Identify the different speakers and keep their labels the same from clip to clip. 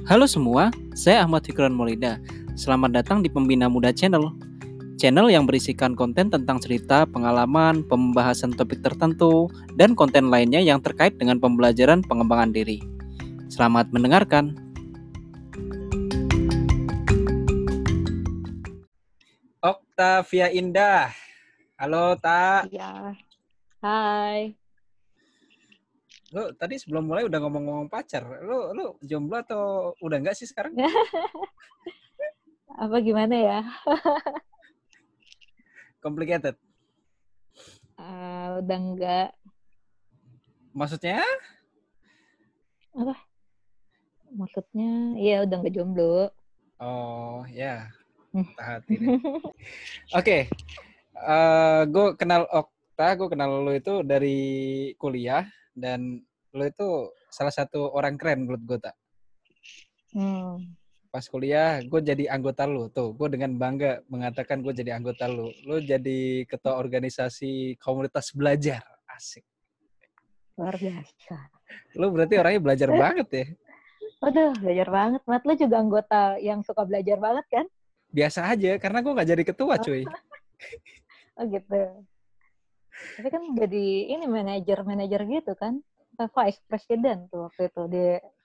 Speaker 1: Halo semua, saya Ahmad Fikran Maulida. Selamat datang di Pembina Muda Channel. Channel yang berisikan konten tentang cerita, pengalaman, pembahasan topik tertentu, dan konten lainnya yang terkait dengan pembelajaran pengembangan diri. Selamat mendengarkan. Oktavia Indah. Halo, Tak.
Speaker 2: Iya. Hai.
Speaker 1: Lu tadi sebelum mulai udah ngomong-ngomong pacar. Lu jomblo atau udah enggak sih sekarang?
Speaker 2: Apa gimana ya?
Speaker 1: Complicated.
Speaker 2: Udah enggak.
Speaker 1: Maksudnya?
Speaker 2: Apa? Maksudnya, iya udah enggak jomblo.
Speaker 1: Oh, ya.
Speaker 2: Hmm.
Speaker 1: Hati deh. Oke. Gue kenal Okta, gue kenal lo itu dari kuliah, dan lo itu salah satu orang keren menurut gue, Tak. Pas kuliah, gue jadi anggota lo. Tuh, gue dengan bangga mengatakan gue jadi anggota lo. Lo jadi ketua organisasi komunitas belajar. Asik.
Speaker 2: Luar biasa.
Speaker 1: Lo berarti orangnya belajar banget ya?
Speaker 2: Aduh, belajar banget. Mat, lu juga anggota yang suka belajar banget kan?
Speaker 1: Biasa aja, karena gue gak jadi ketua, cuy.
Speaker 2: Oh gitu. Tapi kan jadi ini manajer gitu kan? Vice President tuh waktu itu di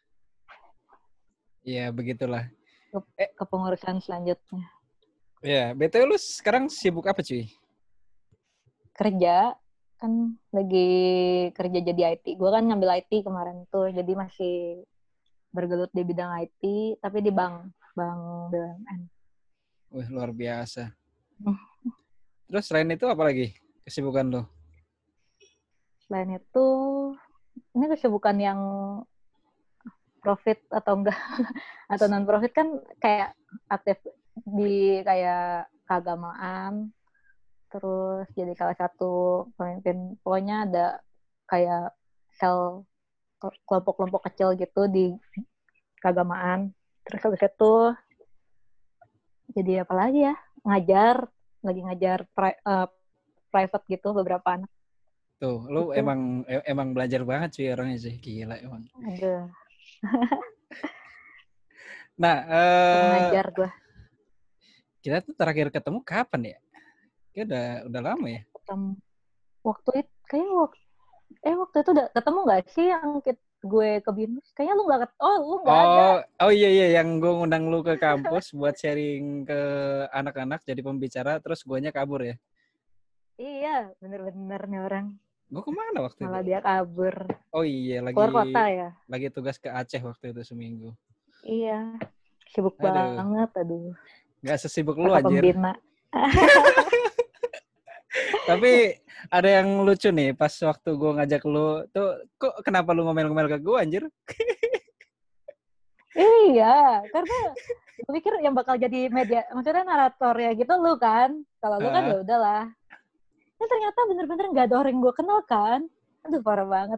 Speaker 1: Ya, begitulah.
Speaker 2: kepengurusan selanjutnya.
Speaker 1: Ya, BTW lu sekarang sibuk apa, cuy?
Speaker 2: Kerja kan lagi kerja jadi IT. Gue kan ngambil IT kemarin tuh, jadi masih bergelut di bidang IT, tapi di bank BUMN.
Speaker 1: Wih, luar biasa. Terus selain itu apa lagi kesibukan lo?
Speaker 2: Selain itu, ini kesibukan yang profit atau enggak, atau non-profit kan kayak aktif di kayak keagamaan, terus jadi salah satu pemimpin, pokoknya ada kayak sel kelompok-kelompok kecil gitu di keagamaan. Terus habis itu jadi apa lagi ya? Lagi ngajar private gitu beberapa anak.
Speaker 1: Tuh, lu
Speaker 2: Gitu.
Speaker 1: emang belajar banget sih orangnya sih, gila emang.
Speaker 2: Aduh,
Speaker 1: Nah,
Speaker 2: kurang ajar gue.
Speaker 1: kita tuh terakhir ketemu kapan ya? Kayak udah lama ya.
Speaker 2: Waktu itu kayaknya waktu itu udah ketemu nggak sih yang gue ke BINUS? Kayaknya lu nggak lu nggak ada.
Speaker 1: Oh iya yang gue ngundang lu ke kampus buat sharing ke anak-anak jadi pembicara, terus guanya kabur ya.
Speaker 2: Iya, bener-bener nih orang.
Speaker 1: Gue kemana waktu itu?
Speaker 2: Malah dia kabur.
Speaker 1: Oh iya,
Speaker 2: Keluar kota ya?
Speaker 1: lagi tugas ke Aceh waktu itu seminggu.
Speaker 2: Iya, sibuk
Speaker 1: Aduh,
Speaker 2: banget, aduh.
Speaker 1: nggak sesibuk lu
Speaker 2: Kakak
Speaker 1: anjir.
Speaker 2: pembina.
Speaker 1: Tapi ada yang lucu nih, pas waktu gue ngajak lu tuh, kok kenapa lu ngomel-ngomel ke gue anjir?
Speaker 2: Iya, karena gue pikir yang bakal jadi media, maksudnya narator ya gitu lu kan. Kalau lu kan ya udahlah. Ini ternyata bener-bener nggak ada orang yang gue kenal kan. Aduh, parah banget.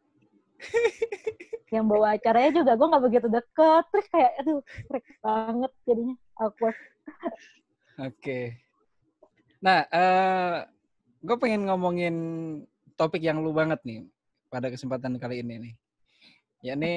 Speaker 2: Yang bawa acaranya juga gue nggak begitu deket. Terus kayak, aduh, freak banget jadinya. Awkward.
Speaker 1: Oke. Nah, gue pengen ngomongin topik yang lu banget nih pada kesempatan kali ini nih. Yakni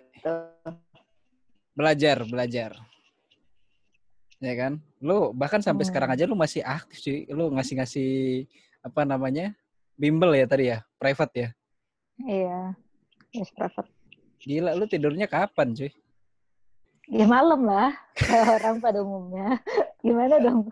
Speaker 1: belajar. Ya kan? Lu bahkan sampai sekarang aja lu masih aktif sih. Lu ngasih apa namanya? Bimbel ya tadi ya, private ya.
Speaker 2: Iya, yes, private.
Speaker 1: Gila, lu tidurnya kapan cuy?
Speaker 2: Ya malam lah, kayak orang pada umumnya. Gimana dong?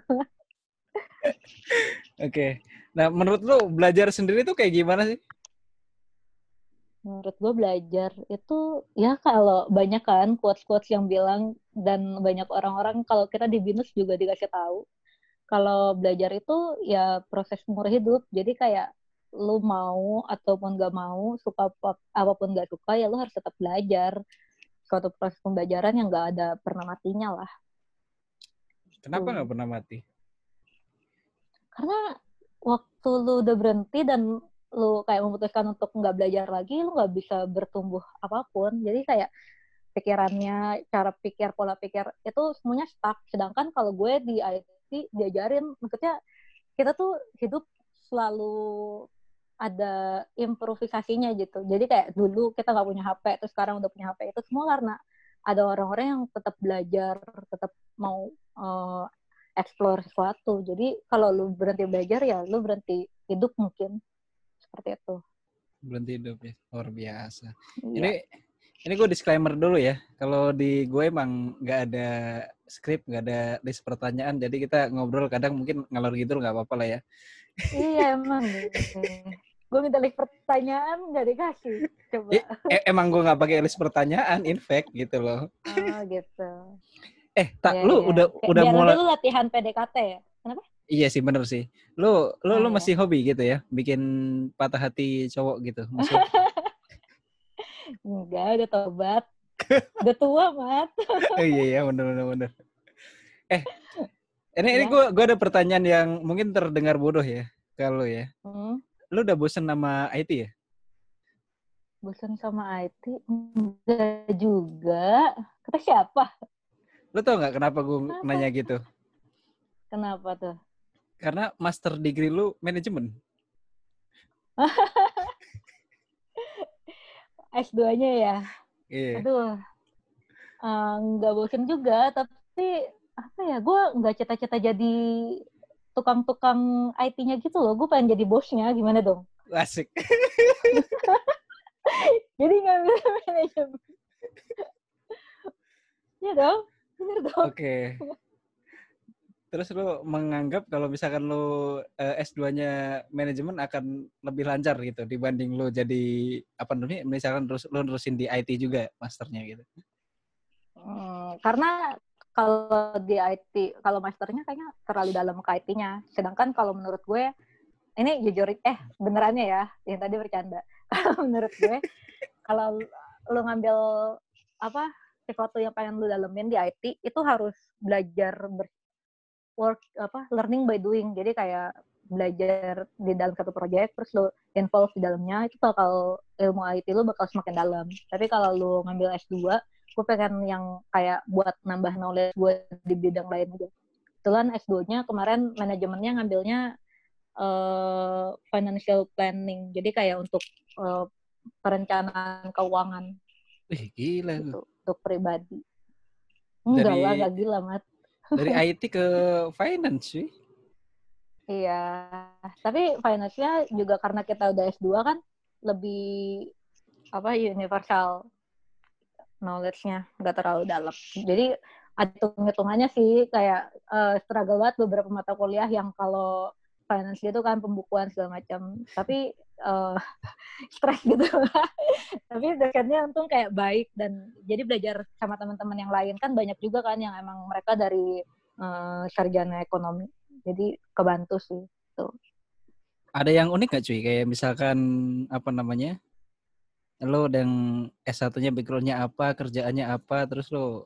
Speaker 1: Oke. Nah, menurut lu belajar sendiri tuh kayak gimana sih?
Speaker 2: Menurut gue belajar itu, ya kalau banyak kan quotes-quotes yang bilang, dan banyak orang-orang kalau kita di BINUS juga dikasih tahu, kalau belajar itu ya proses umur hidup. Jadi kayak lu mau ataupun gak mau, suka apapun gak suka, ya lu harus tetap belajar. Suatu proses pembelajaran yang gak ada pernah matinya lah.
Speaker 1: Kenapa nggak pernah mati?
Speaker 2: Karena waktu lu udah berhenti dan lu kayak memutuskan untuk nggak belajar lagi, lu nggak bisa bertumbuh apapun. Jadi kayak pikirannya, cara pikir, pola pikir itu semuanya stuck. Sedangkan kalau gue di IT diajarin, maksudnya kita tuh hidup selalu ada improvisasinya gitu. Jadi kayak dulu kita nggak punya HP, terus sekarang udah punya HP. Itu semua karena ada orang-orang yang tetap belajar, tetap mau explore sesuatu. Jadi kalau lu berhenti belajar ya lu berhenti hidup mungkin seperti itu.
Speaker 1: Berhenti hidup ya, luar biasa.
Speaker 2: Iya.
Speaker 1: Ini gue disclaimer dulu ya. Kalau di gue emang nggak ada skrip, nggak ada list pertanyaan, jadi kita ngobrol kadang mungkin ngalor gitu nggak apa-apa lah ya.
Speaker 2: Iya emang deh. Gue minta list pertanyaan nggak dikasih. Coba.
Speaker 1: Emang gue nggak pakai list pertanyaan, in fact gitu loh.
Speaker 2: Oh gitu.
Speaker 1: Tak
Speaker 2: Iya,
Speaker 1: lu
Speaker 2: iya.
Speaker 1: udah
Speaker 2: Biar nanti
Speaker 1: mulai.
Speaker 2: lu latihan PDKT ya. Kenapa?
Speaker 1: Iya sih bener sih. Lu
Speaker 2: Iya.
Speaker 1: masih hobi gitu ya, bikin patah hati cowok gitu, masih.
Speaker 2: Enggak, udah tobat. Udah tua, Mat.
Speaker 1: Iya bener bener bener. Eh, ini
Speaker 2: Ya.
Speaker 1: gue ada pertanyaan yang mungkin terdengar bodoh ya kalau ya.
Speaker 2: Hmm.
Speaker 1: Lu udah bosen sama IT ya?
Speaker 2: Bosan sama IT? Enggak juga. Kata siapa?
Speaker 1: Lu tau nggak kenapa gue nanya
Speaker 2: Kenapa?
Speaker 1: gitu?
Speaker 2: Kenapa tuh?
Speaker 1: Karena master degree lu manajemen.
Speaker 2: S2-nya ya?
Speaker 1: Iya.
Speaker 2: Aduh, nggak bosan juga. Tapi, apa ya, gue nggak cita-cita jadi tukang-tukang IT-nya gitu loh. Gue pengen jadi bosnya. Gimana dong?
Speaker 1: Asik.
Speaker 2: Jadi ngambil manajemen. Iya dong? Bener dong?
Speaker 1: Oke. Terus lu menganggap kalau misalkan lu S2-nya manajemen akan lebih lancar gitu dibanding lu jadi apa namanya misalkan lu nerusin di IT juga masternya gitu.
Speaker 2: Karena kalau di IT, kalau masternya kayaknya terlalu dalam ke IT-nya. Sedangkan kalau menurut gue, ini jujur, benerannya ya, yang tadi bercanda. Kalau menurut gue, kalau lu ngambil apa sesuatu yang pengen lu dalemin di IT, itu harus belajar learning by doing. Jadi kayak belajar di dalam satu proyek, terus lu involve di dalamnya, itu bakal ilmu IT lu bakal semakin dalam. Tapi kalau lu ngambil S2, gue pengen yang kayak buat nambah knowledge gue di bidang lain juga. Kebetulan S2-nya kemarin manajemennya ngambilnya financial planning. Jadi kayak untuk perencanaan keuangan.
Speaker 1: Gila
Speaker 2: Gitu,
Speaker 1: lu.
Speaker 2: untuk pribadi. Enggak lah,
Speaker 1: Dari
Speaker 2: gak gila, Mat.
Speaker 1: dari IT ke finance sih.
Speaker 2: Iya, tapi finance-nya juga karena kita udah S2 kan lebih universal knowledge-nya, nggak terlalu dalam. Jadi ada hitung-hitungannya sih, kayak struggle banget beberapa mata kuliah yang kalau finance itu kan pembukuan segala macam. Tapi stres gitu. Tapi dosennya untung kayak baik dan jadi belajar sama teman-teman yang lain kan banyak juga kan yang emang mereka dari sarjana ekonomi. Jadi kebantu sih. Tuh.
Speaker 1: Ada yang unik gak cuy? Kayak misalkan apa namanya? Lo dan S1-nya background-nya apa, kerjaannya apa, terus lo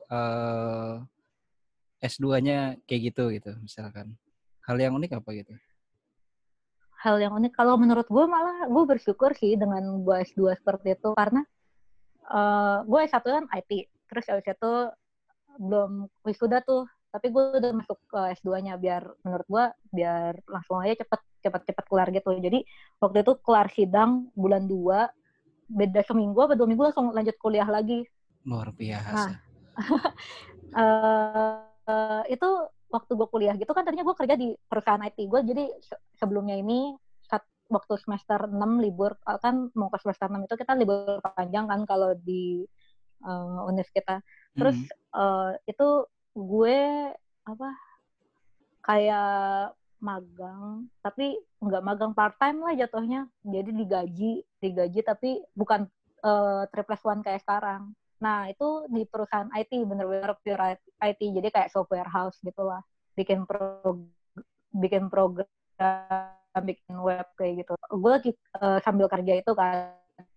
Speaker 1: S2-nya kayak gitu misalkan. Hal yang unik apa gitu?
Speaker 2: Hal yang unik kalau menurut gue malah gue bersyukur sih dengan gue S2 seperti itu karena gue S1 kan IT. Terus abis itu belum wisuda tuh, tapi gue udah masuk ke S2-nya biar menurut gue biar langsung aja cepet kelar gitu. Jadi waktu itu kelar sidang bulan 2, beda seminggu apa 2 minggu langsung lanjut kuliah lagi.
Speaker 1: Luar
Speaker 2: Nah,
Speaker 1: biasa.
Speaker 2: itu waktu gue kuliah gitu kan tadinya gue kerja di perusahaan IT. Gue jadi sebelumnya ini waktu semester 6 libur, kan mau ke semester 6 itu kita libur panjang kan kalau di univ kita. Terus itu gue kayak magang, tapi nggak magang part time lah jatuhnya. Jadi digaji tapi bukan 3+1 kayak sekarang. Nah itu di perusahaan IT bener-bener pure IT, jadi kayak software house gitulah, bikin program, bikin web kayak gitu. Gue lagi sambil kerja itu kan.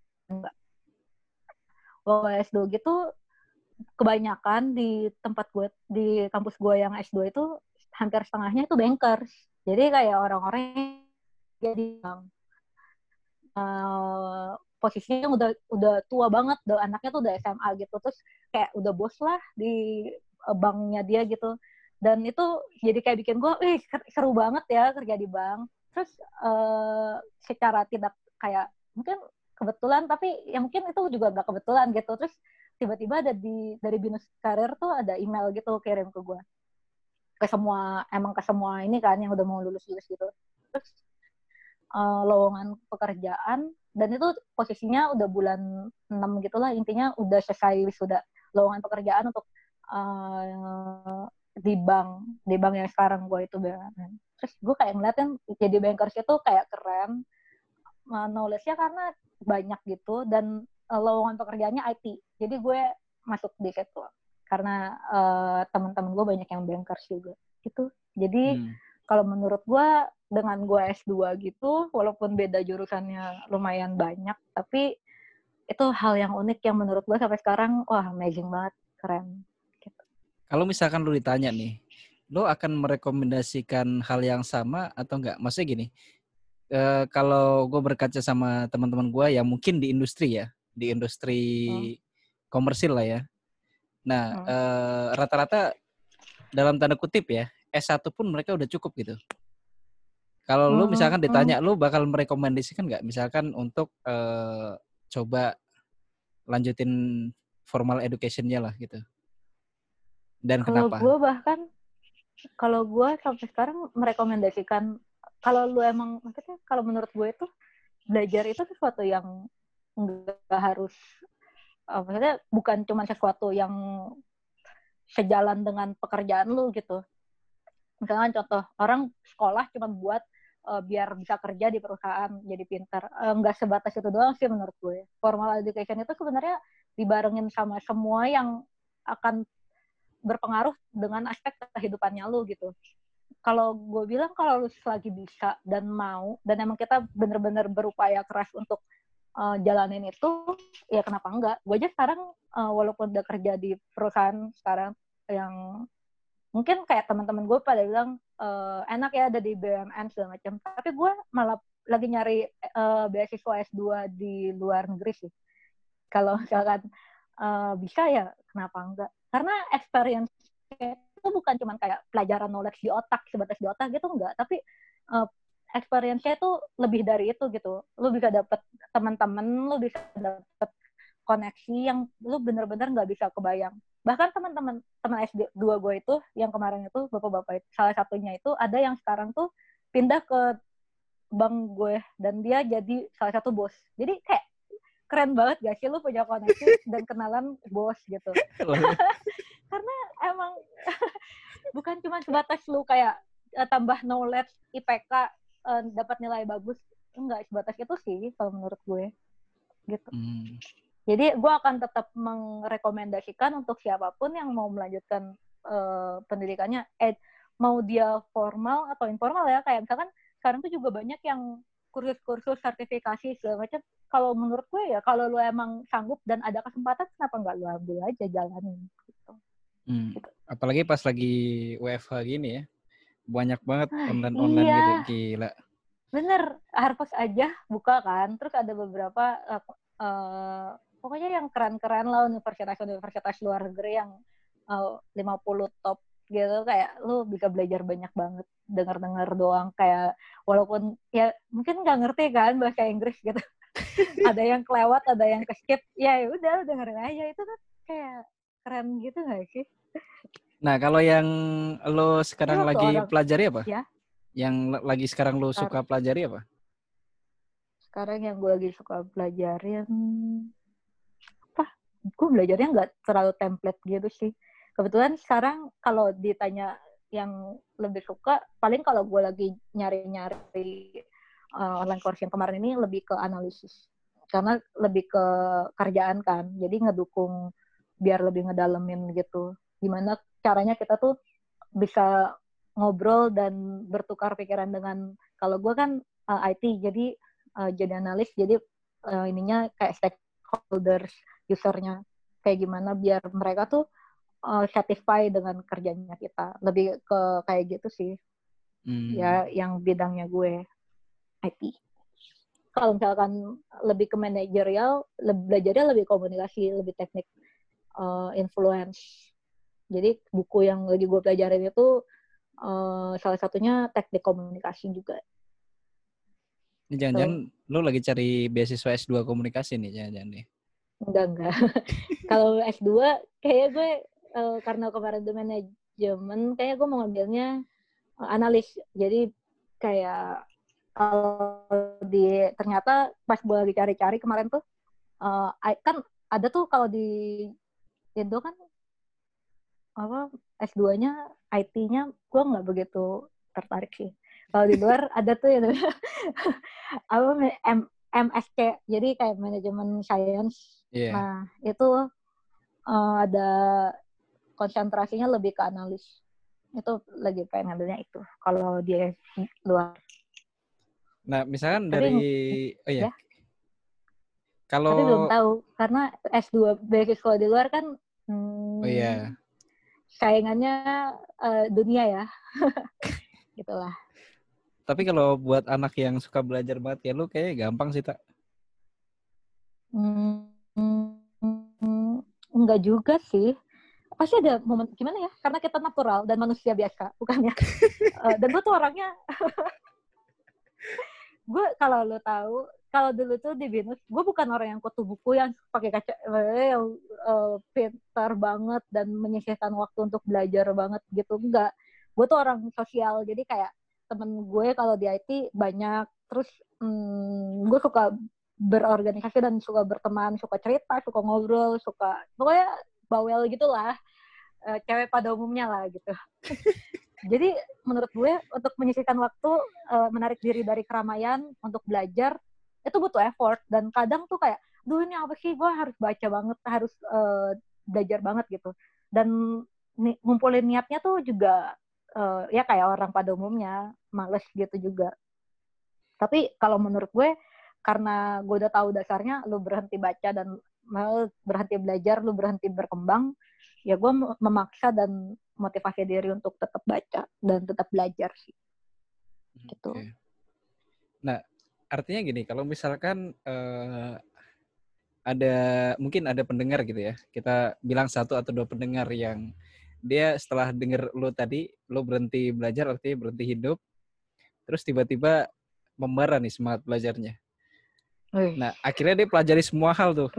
Speaker 2: S2 gitu kebanyakan di tempat gue di kampus gue yang S2 itu hampir setengahnya itu bankers. Jadi kayak orang-orang yang jadi posisinya udah tua banget, anaknya tuh udah SMA gitu, terus kayak udah bos lah di banknya dia gitu. Dan itu jadi kayak bikin gue, seru banget ya kerja di bank. Terus secara tidak kayak mungkin kebetulan, tapi ya mungkin itu juga gak kebetulan gitu. Terus tiba-tiba ada dari Binus Karir tuh ada email gitu kirim ke gue, ke semua ini kan yang udah mau lulus gitu. Terus lowongan pekerjaan, dan itu posisinya udah bulan 6 gitulah, intinya udah selesai wisuda, lowongan pekerjaan untuk di bank yang sekarang gue itu BUMN. Terus gue kayak ngeliatin jadi bankers itu kayak keren, knowledge-nya karena banyak gitu, dan lowongan pekerjaannya IT. Jadi gue masuk di situ karena teman-teman gue banyak yang bankers juga gitu. Jadi kalau menurut gue dengan gue S2 gitu, walaupun beda jurusannya lumayan banyak, tapi itu hal yang unik yang menurut gue sampai sekarang wah amazing banget, keren. Gitu.
Speaker 1: Kalau misalkan lu ditanya nih, lu akan merekomendasikan hal yang sama atau enggak? Maksudnya gini, kalau gue berkaca sama teman-teman gue yang mungkin di industri ya, di industri komersil lah ya. Nah, rata-rata dalam tanda kutip ya, S1 pun mereka udah cukup gitu. Kalau lu misalkan ditanya, lu bakal merekomendasikan nggak? Misalkan untuk coba lanjutin formal education-nya lah gitu. Dan kenapa?
Speaker 2: Kalau gue sampai sekarang merekomendasikan, kalau lu emang, maksudnya kalau menurut gue itu belajar itu sesuatu yang nggak harus, maksudnya bukan cuma sesuatu yang sejalan dengan pekerjaan lu gitu. Misalnya contoh, orang sekolah cuma buat biar bisa kerja di perusahaan, jadi pintar. Nggak sebatas itu doang sih menurut gue. Formal education itu sebenarnya dibarengin sama semua yang akan berpengaruh dengan aspek kehidupannya lu gitu. Kalau gue bilang kalau lu selagi bisa dan mau, dan emang kita bener-bener berupaya keras untuk jalanin itu, ya kenapa enggak? Gue aja sekarang walaupun udah kerja di perusahaan sekarang yang mungkin kayak teman-teman gue pada bilang enak ya ada di BUMN segala macam, tapi gue malah lagi nyari beasiswa S2 di luar negeri sih. Kalau misalkan bisa ya kenapa enggak? Karena experience itu bukan cuma kayak pelajaran knowledge di otak, sebatas di otak gitu enggak, tapi experience-nya itu lebih dari itu gitu. Lu bisa dapet teman-teman, lu bisa dapet koneksi yang lu bener-bener nggak bisa kebayang. Bahkan teman SD2 gue itu yang kemarin itu bapak-bapak itu, salah satunya itu ada yang sekarang tuh pindah ke bank gue dan dia jadi salah satu bos. Jadi kayak keren banget gak sih lu punya koneksi dan kenalan bos gitu. Karena emang bukan cuma sebatas lu kayak tambah knowledge IPK dapat nilai bagus, enggak sebatas itu sih kalau menurut gue gitu. Jadi gue akan tetap merekomendasikan untuk siapapun yang mau melanjutkan pendidikannya, mau dia formal atau informal ya, kayak misalkan sekarang tuh juga banyak yang kursus-kursus sertifikasi segala macam. Kalau menurut gue ya, kalau lu emang sanggup dan ada kesempatan, kenapa nggak lu ambil aja, jalanin gitu.
Speaker 1: Gitu. Apalagi pas lagi WFH gini ya, banyak banget online gitu, gila.
Speaker 2: Bener, Harvest aja buka kan, terus ada beberapa pokoknya yang keren-keren lah, universitas luar negeri yang 50 top gitu, kayak lu bisa belajar banyak banget, dengar-dengar doang, kayak walaupun ya mungkin nggak ngerti kan bahasa Inggris gitu. Ada yang kelewat, ada yang ke-skip, ya udah dengerin aja, itu kan kayak keren gitu nggak sih?
Speaker 1: Nah, kalau yang lo sekarang lagi pelajari apa?
Speaker 2: Ya?
Speaker 1: Yang lagi sekarang lo suka pelajari apa?
Speaker 2: Sekarang yang gue lagi suka pelajarin apa? Gue belajarnya nggak terlalu template gitu sih. Kebetulan sekarang kalau ditanya yang lebih suka, paling kalau gue lagi nyari-nyari online course yang kemarin ini lebih ke analisis. Karena lebih ke kerjaan kan, jadi ngedukung biar lebih ngedalemin gitu. Gimana caranya kita tuh bisa ngobrol dan bertukar pikiran dengan, kalau gue kan IT, jadi analis, jadi ininya kayak stakeholders, usernya, kayak gimana biar mereka tuh satisfy dengan kerjanya kita. Lebih ke kayak gitu sih. Ya, yang bidangnya gue IT. Kalau misalkan lebih ke manajerial, belajarnya lebih komunikasi, lebih teknik influence. Jadi buku yang lagi gue pelajarin itu salah satunya teknik komunikasi juga.
Speaker 1: Ini jangan-jangan lo lagi cari beasiswa S2 komunikasi nih, jangan-jangan nih.
Speaker 2: Enggak. Kalau S2 kayak gue karena kemarin tuh manajemen, kayak gue mau ngambilnya analis. Jadi kayak kalau ternyata pas gue lagi cari-cari kemarin tuh kan ada tuh kalau di Indo kan apa S2-nya IT-nya gue nggak begitu tertarik sih. Kalau di luar ada tuh yang apa MSC, jadi kayak manajemen science.
Speaker 1: Iya.
Speaker 2: Nah itu ada konsentrasinya lebih ke analis. Itu lagi pengen ngambilnya itu. Kalau dia luar.
Speaker 1: Nah, misalkan
Speaker 2: Tapi
Speaker 1: dari oh ya,
Speaker 2: ya, tapi belum
Speaker 1: kalau
Speaker 2: tahu karena S2 beasiswa di luar kan
Speaker 1: oh ya,
Speaker 2: saingannya dunia ya, gitulah.
Speaker 1: tapi kalau buat anak yang suka belajar banget ya lu kayaknya gampang sih, Tak.
Speaker 2: Enggak juga sih. Pasti ada momen gimana ya? Karena kita natural dan manusia biasa, bukannya. Dan gue tuh orangnya, gue kalau lo tahu, kalau dulu tuh di binus, gue bukan orang yang kutu buku yang pakai kaca, yang pintar banget dan menyisihkan waktu untuk belajar banget gitu. Enggak. Gue tuh orang sosial, jadi kayak temen gue kalau di IT banyak. Terus gue suka berorganisasi dan suka berteman, suka cerita, suka ngobrol, suka pokoknya bawel gitulah, cewek pada umumnya lah gitu. Jadi menurut gue untuk menyisihkan waktu, menarik diri dari keramaian untuk belajar itu butuh effort, dan kadang tuh kayak, duh ini apa sih, gue harus baca banget, harus belajar banget gitu. Dan ngumpulin niatnya tuh juga ya kayak orang pada umumnya males gitu juga. Tapi kalau menurut gue, karena gue udah tahu dasarnya, lu berhenti baca dan berhenti belajar, lu berhenti berkembang, ya gue memaksa dan motivasi diri untuk tetap baca dan tetap belajar sih. Gitu.
Speaker 1: Oke. Nah, artinya gini, kalau misalkan mungkin ada pendengar gitu ya, kita bilang 1 atau 2 pendengar yang dia setelah denger lu tadi, lu berhenti belajar artinya berhenti hidup, terus tiba-tiba membara nih semangat belajarnya.
Speaker 2: Wih.
Speaker 1: Nah, akhirnya dia pelajari semua hal tuh.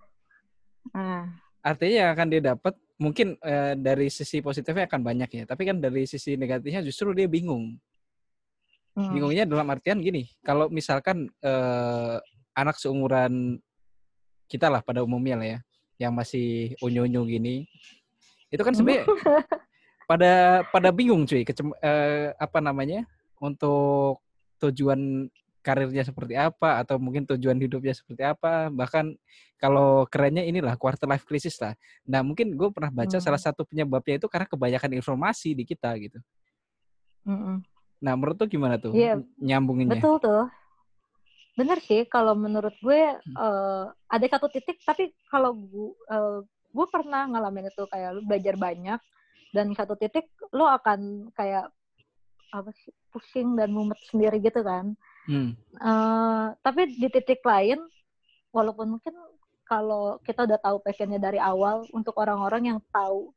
Speaker 2: Nah.
Speaker 1: Artinya yang akan dia dapat mungkin dari sisi positifnya akan banyak ya, tapi kan dari sisi negatifnya justru dia bingung. Bingungnya dalam artian gini, kalau misalkan anak seumuran kita lah pada umumnya lah ya, yang masih unyu-unyu gini, itu kan sebenarnya pada bingung cuy, apa namanya, untuk tujuan karirnya seperti apa, atau mungkin tujuan hidupnya seperti apa, bahkan kalau kerennya inilah quarter life crisis lah. Nah mungkin gue pernah baca salah satu penyebabnya itu karena kebanyakan informasi di kita gitu. Nah menurut tuh gimana tuh
Speaker 2: Iya,
Speaker 1: nyambunginnya?
Speaker 2: betul tuh. Bener sih, kalau menurut gue ada satu titik, tapi kalau gue pernah ngalamin itu, kayak lu belajar banyak, dan satu titik lo akan kayak apa sih, pusing dan mumet sendiri gitu kan. Tapi di titik lain, walaupun mungkin kalau kita udah tahu passionnya dari awal, untuk orang-orang yang tahu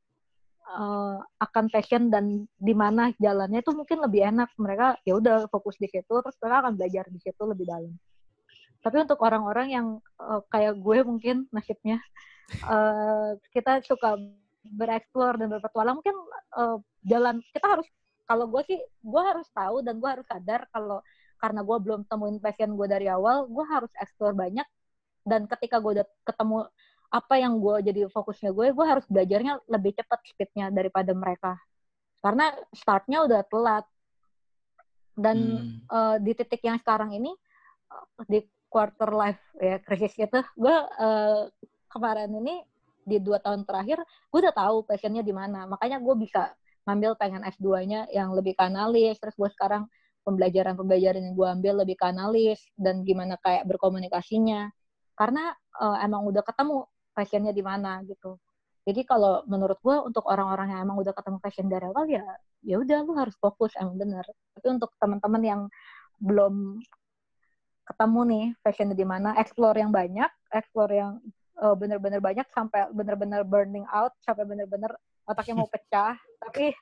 Speaker 2: akan passion dan di mana jalannya, itu mungkin lebih enak, mereka ya udah fokus di situ, terus mereka akan belajar di situ lebih dalam. Tapi untuk orang-orang yang kayak gue mungkin nasibnya, kita suka bereksplor dan berpetualang, mungkin jalan kita harus, kalau gue sih, gue harus tahu dan gue harus sadar kalau karena gue belum temuin passion gue dari awal, gue harus eksplor banyak, dan ketika gue udah ketemu apa yang gue jadi fokusnya, gue harus belajarnya lebih cepat speednya daripada mereka, karena startnya udah telat. Dan di titik yang sekarang ini, di quarter life ya krisis itu, gue kemarin ini di 2 tahun terakhir gue udah tahu passionnya di mana, makanya gue bisa ngambil pengen S2-nya yang lebih ke analis. Terus gue sekarang pembelajaran yang gue ambil lebih ke analis dan gimana kayak berkomunikasinya, karena emang udah ketemu passionnya di mana gitu. Jadi kalau menurut gue, untuk orang-orang yang emang udah ketemu passion dari awal, ya udah lu harus fokus, emang bener. Tapi untuk teman-teman yang belum ketemu nih passionnya di mana, explore yang banyak, explore yang bener-bener banyak sampai bener-bener burning out, sampai bener-bener otaknya mau pecah. Tapi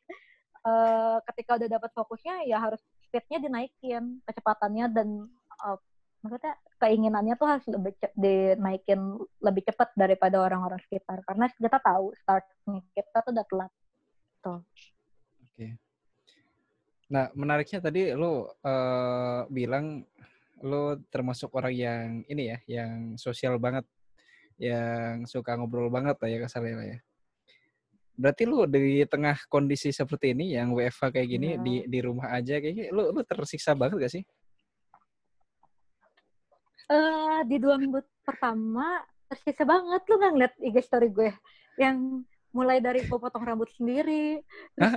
Speaker 2: ketika udah dapat fokusnya, ya harus speednya dinaikin, kecepatannya, dan maksudnya keinginannya tuh harus dinaikin lebih cepat daripada orang-orang sekitar, karena kita tahu startnya kita tuh udah telat tuh.
Speaker 1: Oke. Nah, menariknya tadi lo bilang lo termasuk orang yang ini ya, yang sosial banget, yang suka ngobrol banget lah ya kasarnya lah ya. Berarti lo di tengah kondisi seperti ini yang WFH kayak gini di rumah aja kayak gini, lo tersiksa banget gak sih?
Speaker 2: Di 2 minggu pertama tersiksa banget. Lu nggak ngeliat IG story gue yang mulai dari gue potong rambut sendiri, terus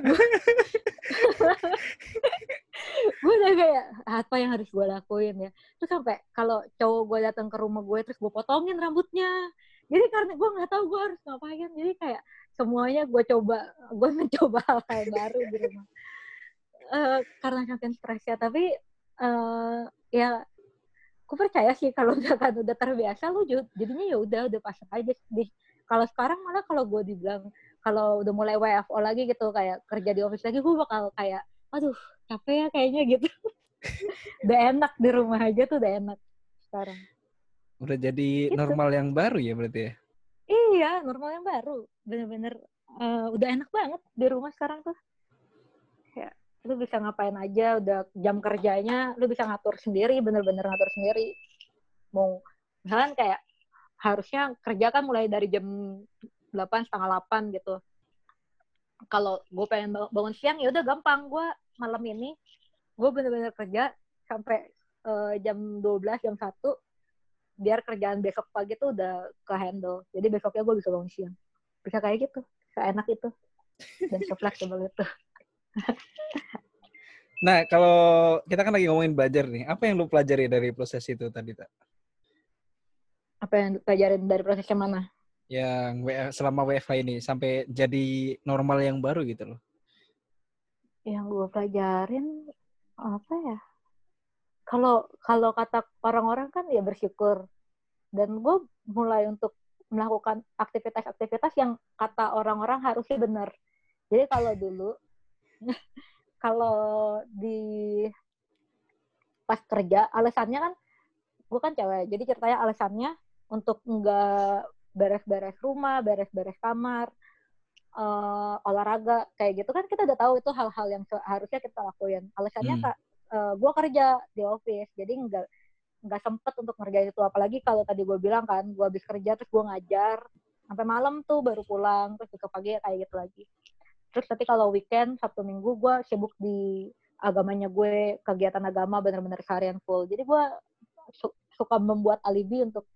Speaker 2: gue udah kayak apa yang harus gue lakuin ya. Terus sampai kalau cowok gue datang ke rumah gue terus gue potongin rambutnya. Jadi karena gue nggak tahu gue harus ngapain, jadi kayak semuanya gue mencoba hal-hal baru di rumah. Karena saking stresnya, tapi ya aku percaya sih kalau misalkan udah terbiasa lu jadinya ya udah pasang aja. Kalau sekarang malah kalau gue dibilang kalau udah mulai WFO lagi gitu kayak kerja di office lagi, gue bakal kayak aduh capek ya kayaknya gitu. Udah enak di rumah aja tuh, udah enak sekarang.
Speaker 1: Udah jadi
Speaker 2: Gitu.
Speaker 1: normal yang baru ya berarti ya?
Speaker 2: Iya, normal yang baru. Bener-bener udah enak banget di rumah sekarang tuh. Ya, lu bisa ngapain aja, udah jam kerjanya lu bisa ngatur sendiri, bener-bener ngatur sendiri. Mau misalkan kayak harusnya kerja kan mulai dari jam 8, setengah 8 gitu. Kalau gue pengen bangun siang ya udah gampang, gue malam ini gue bener-bener kerja sampai jam 12, jam 1, biar kerjaan besok pagi tuh udah ke handle. Jadi besoknya gue bisa bangun siang. Bisa kayak gitu, seenak itu dan se-flexible itu.
Speaker 1: Nah, kalau kita kan lagi ngomongin belajar nih, apa yang lu pelajari dari proses itu tadi, Tak?
Speaker 2: Apa yang pelajarin dari prosesnya mana?
Speaker 1: Yang selama WFH ini sampai jadi normal yang baru gitu loh.
Speaker 2: Yang gue pelajarin apa ya? Kalau kata orang-orang kan ya bersyukur. Dan gue mulai untuk melakukan aktivitas-aktivitas yang kata orang-orang harusnya benar. Jadi kalau dulu kalau di pas kerja alasannya kan gue kan cewek, jadi ceritanya alasannya untuk nggak beres-beres rumah, beres-beres kamar, olahraga kayak gitu kan kita udah tahu itu hal-hal yang harusnya kita lakuin. Alasannya gue kerja di office, jadi nggak sempet untuk ngerjain itu. Apalagi kalau tadi gue bilang kan gue habis kerja terus gue ngajar sampai malam tuh baru pulang, terus ke pagi kayak gitu lagi. Terus nanti kalau weekend Sabtu Minggu gue sibuk di agamanya gue, kegiatan agama bener-bener seharian full. Jadi gue suka membuat alibi untuk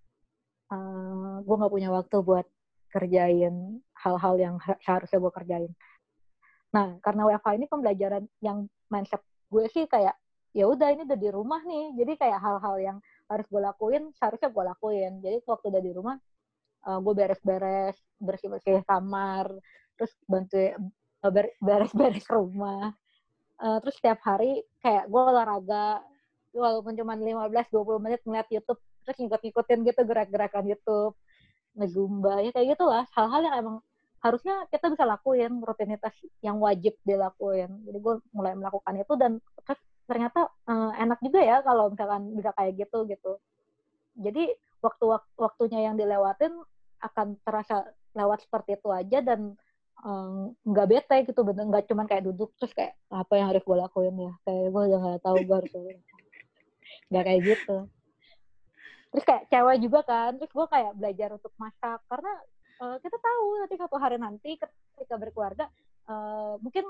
Speaker 2: gue nggak punya waktu buat kerjain hal-hal yang seharusnya gue kerjain. Nah, karena WFH ini pembelajaran yang mindset gue sih kayak ya udah ini udah di rumah nih, jadi kayak hal-hal yang harus gue lakuin seharusnya gue lakuin. Jadi waktu udah di rumah gue beres-beres, bersih-bersih kamar, terus bantu beres-beres rumah. Terus setiap hari kayak gue olahraga, walaupun cuma 15-20 menit ngeliat YouTube, terus ngikut-ngikutin gitu gerak-gerakan YouTube, ngezumba, ya kayak gitu lah. Hal-hal yang emang harusnya kita bisa lakuin, rutinitas yang wajib dilakuin. Jadi gue mulai melakukan itu dan terus ternyata enak juga ya kalau misalkan bisa kayak gitu. Jadi waktunya yang dilewatin akan terasa lewat seperti itu aja dan nggak bete gitu, bener nggak cuman kayak duduk terus kayak apa yang harus gue lakuin ya, kayak gue udah nggak tahu gue harus nggak kayak gitu. Terus kayak cewek juga kan, terus gue kayak belajar untuk masak karena kita tahu nanti suatu hari nanti ketika berkeluarga mungkin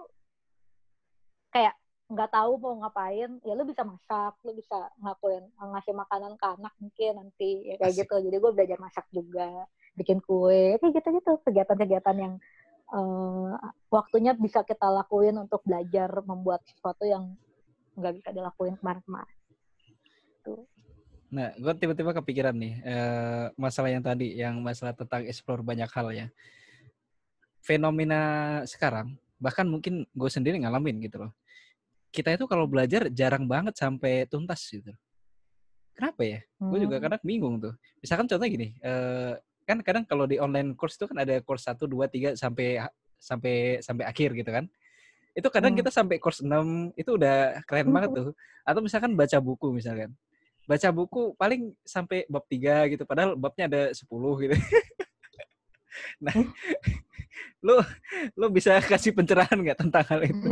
Speaker 2: kayak nggak tahu mau ngapain, ya lu bisa masak, lu bisa ngakuin ngasih makanan ke anak mungkin nanti ya kayak
Speaker 1: Asik.
Speaker 2: gitu. Jadi gue belajar masak juga, bikin kue kayak gitu kegiatan-kegiatan yang waktunya bisa kita lakuin untuk belajar membuat sesuatu yang nggak bisa dilakuin kemarin-kemarin. Tuh.
Speaker 1: Nah, gue tiba-tiba kepikiran nih masalah yang tadi, yang masalah tentang explore banyak hal ya. Fenomena sekarang, bahkan mungkin gue sendiri ngalamin gitu loh. Kita itu kalau belajar jarang banget sampai tuntas gitu. Kenapa ya? Gue juga kadang bingung tuh. Misalkan contohnya gini, kan kadang kalau di online course itu kan ada course 1, 2, 3 sampai akhir gitu kan. Itu kadang kita sampai course 6 itu udah keren banget tuh. Atau misalkan baca buku misalkan. baca buku paling sampai bab 3 gitu, padahal babnya ada 10 gitu. Nah, lu lu bisa kasih pencerahan nggak tentang hal itu?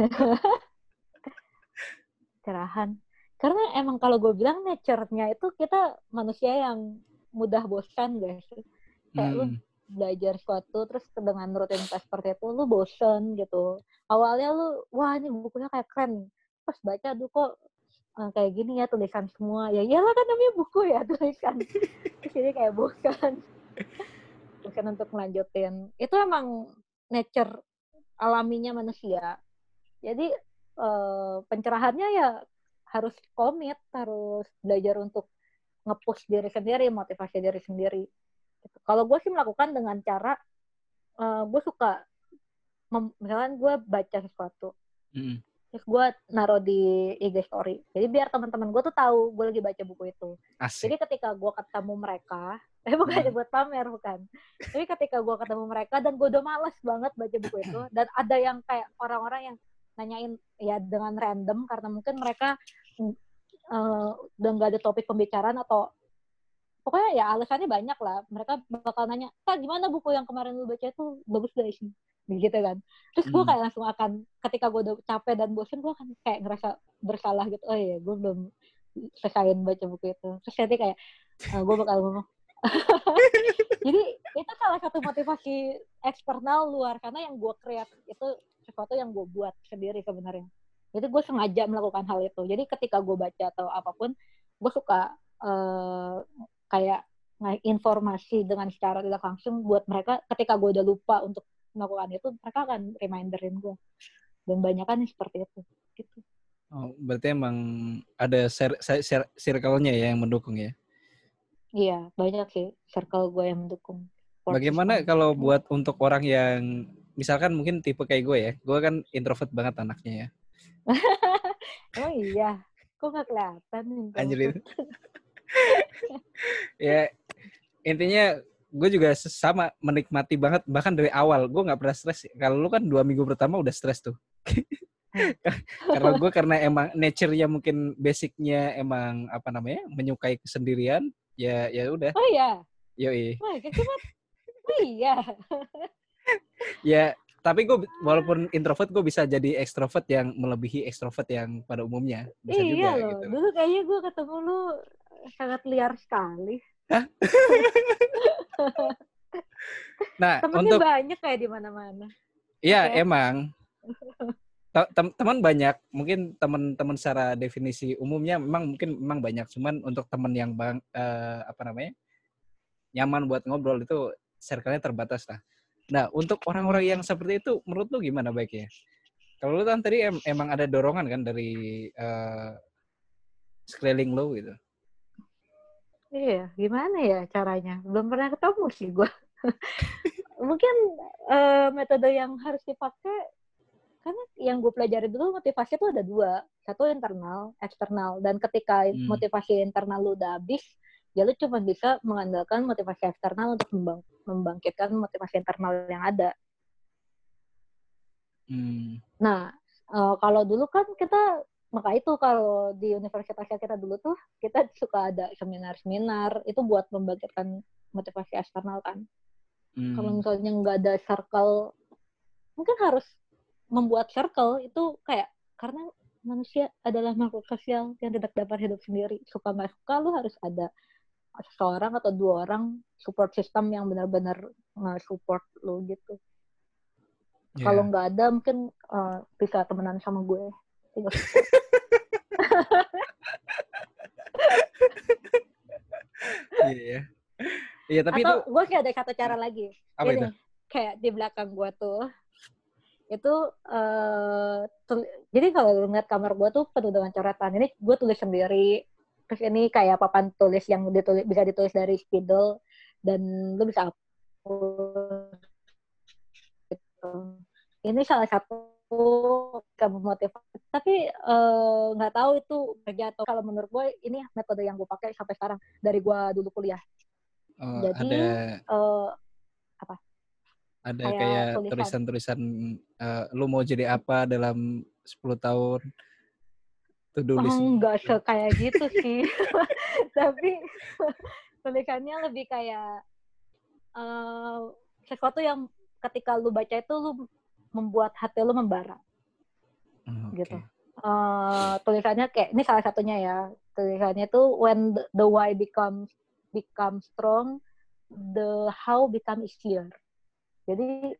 Speaker 2: Cerahan. Karena emang kalau gue bilang nature-nya itu kita manusia yang mudah bosan guys. Kayak lu
Speaker 1: Hmm.
Speaker 2: belajar sesuatu terus dengan rutinitas seperti itu lu bosan gitu. Awalnya lu wah ini bukunya kayak keren. Pas baca aduh kok kayak gini ya tulisan semua. Ya iyalah kan namanya buku ya tulisan. Terus jadi kayak bosan. Bosan untuk melanjutin. Itu emang nature alaminya manusia. Jadi pencerahannya ya harus komit, harus belajar untuk nge-push diri sendiri, motivasi diri sendiri. Gitu. Kalau gue sih melakukan dengan cara, gue suka, misalkan gue baca sesuatu, terus gue naruh di IG story. Jadi biar teman-teman gue tuh tahu gue lagi baca buku itu.
Speaker 1: Asik.
Speaker 2: Jadi ketika gue ketemu mereka, bukan buat pamer, bukan. Tapi ketika gue ketemu mereka dan gue udah males banget baca buku itu, dan ada yang kayak orang-orang yang nanyain ya dengan random karena mungkin mereka udah nggak ada topik pembicaraan atau pokoknya ya alasannya banyak lah. Mereka bakal nanya, Kak gimana buku yang kemarin lu baca itu bagus gak sih? Gitu kan. Terus gue kayak langsung akan, ketika gue udah capek dan bosen, gue akan kayak ngerasa bersalah gitu. Oh iya, gue belum selesaiin baca buku itu. Terus nanti kayak, gue bakal ngomong. Jadi itu salah satu motivasi eksternal luar. Karena yang gue create itu sesuatu yang gue buat sendiri sebenarnya. Jadi gue sengaja melakukan hal itu. Jadi ketika gue baca atau apapun, gue suka kayak informasi dengan secara tidak langsung buat mereka ketika gue udah lupa untuk melakukan itu, mereka akan reminderin gue. Dan banyak kan seperti itu. Gitu.
Speaker 1: Oh, berarti emang ada circle-nya ya yang mendukung ya?
Speaker 2: Iya, banyak sih circle gue yang mendukung.
Speaker 1: Bagaimana kalau buat untuk orang yang misalkan mungkin tipe kayak gue ya, gue kan introvert banget anaknya ya.
Speaker 2: Emang iya? Kok gak kelihatan
Speaker 1: Anjir.
Speaker 2: introvert?
Speaker 1: Ya intinya gue juga sama menikmati banget bahkan dari awal gue nggak pernah stres. Kalau lu kan 2 minggu pertama udah stres tuh. Karena emang nature-nya mungkin basicnya emang apa namanya menyukai kesendirian ya udah.
Speaker 2: Oh iya?
Speaker 1: Yoi.
Speaker 2: Wah, sih, Mat. Oh iya?
Speaker 1: Ya tapi gue walaupun introvert gue bisa jadi ekstrovert yang melebihi ekstrovert yang pada umumnya bisa
Speaker 2: Iya
Speaker 1: juga
Speaker 2: loh,
Speaker 1: gitu.
Speaker 2: dulu kayaknya gue ketemu lu sangat liar sekali.
Speaker 1: Nah
Speaker 2: Temennya
Speaker 1: untuk
Speaker 2: banyak kayak di mana-mana.
Speaker 1: ya
Speaker 2: Oke.
Speaker 1: emang teman banyak mungkin teman-teman secara definisi umumnya memang banyak cuman untuk teman yang apa namanya nyaman buat ngobrol itu circle-nya terbatas lah. Nah untuk orang-orang yang seperti itu menurut lu gimana baiknya? Kalau lu kan tadi emang ada dorongan kan dari sekeliling lu gitu.
Speaker 2: Iya, gimana ya caranya? Belum pernah ketemu sih gue. Mungkin metode yang harus dipakai, karena yang gue pelajari dulu motivasi itu ada dua. Satu internal, eksternal. Dan ketika motivasi internal lu udah habis, ya lu cuma bisa mengandalkan motivasi eksternal untuk membangkitkan motivasi internal yang ada. Nah, kalau dulu kan kita, maka itu kalau di universitas kita dulu tuh, kita suka ada seminar-seminar, itu buat membangkitkan motivasi eksternal kan. Kalau misalnya nggak ada circle, mungkin harus membuat circle itu kayak, karena manusia adalah makhluk sosial yang tidak dapat hidup sendiri. Suka nggak suka, lu harus ada seorang atau dua orang support system yang benar-benar nge-support lu gitu. Yeah. Kalau nggak ada, mungkin bisa temenan sama gue. Tinggal support.
Speaker 1: Iya. Iya, tapi
Speaker 2: atau
Speaker 1: itu
Speaker 2: gue kayak ada satu cara lagi.
Speaker 1: Apa
Speaker 2: ini
Speaker 1: itu?
Speaker 2: Kayak di belakang gue tuh itu jadi kalau lu ngeliat kamar gue tuh penuh dengan coretan. Ini gue tulis sendiri. Terus ini kayak papan tulis yang bisa ditulis dari Spidol dan lu bisa hapus gitu. Ini salah satu kamu motivasi, tapi nggak tahu itu kerja atau, kalau menurut gue ini metode yang gue pakai sampai sekarang dari gue dulu kuliah. Jadi apa?
Speaker 1: Ada kayak tulisan-tulisan lu mau jadi apa dalam 10 tahun. To-do list.
Speaker 2: Enggak kayak gitu sih. Tapi tulisannya lebih kayak sesuatu yang ketika lu baca itu lu membuat hati lu membara. Gitu. Tulisannya kayak ini salah satunya ya. Tulisannya tuh when the why become strong, the how become easier. Jadi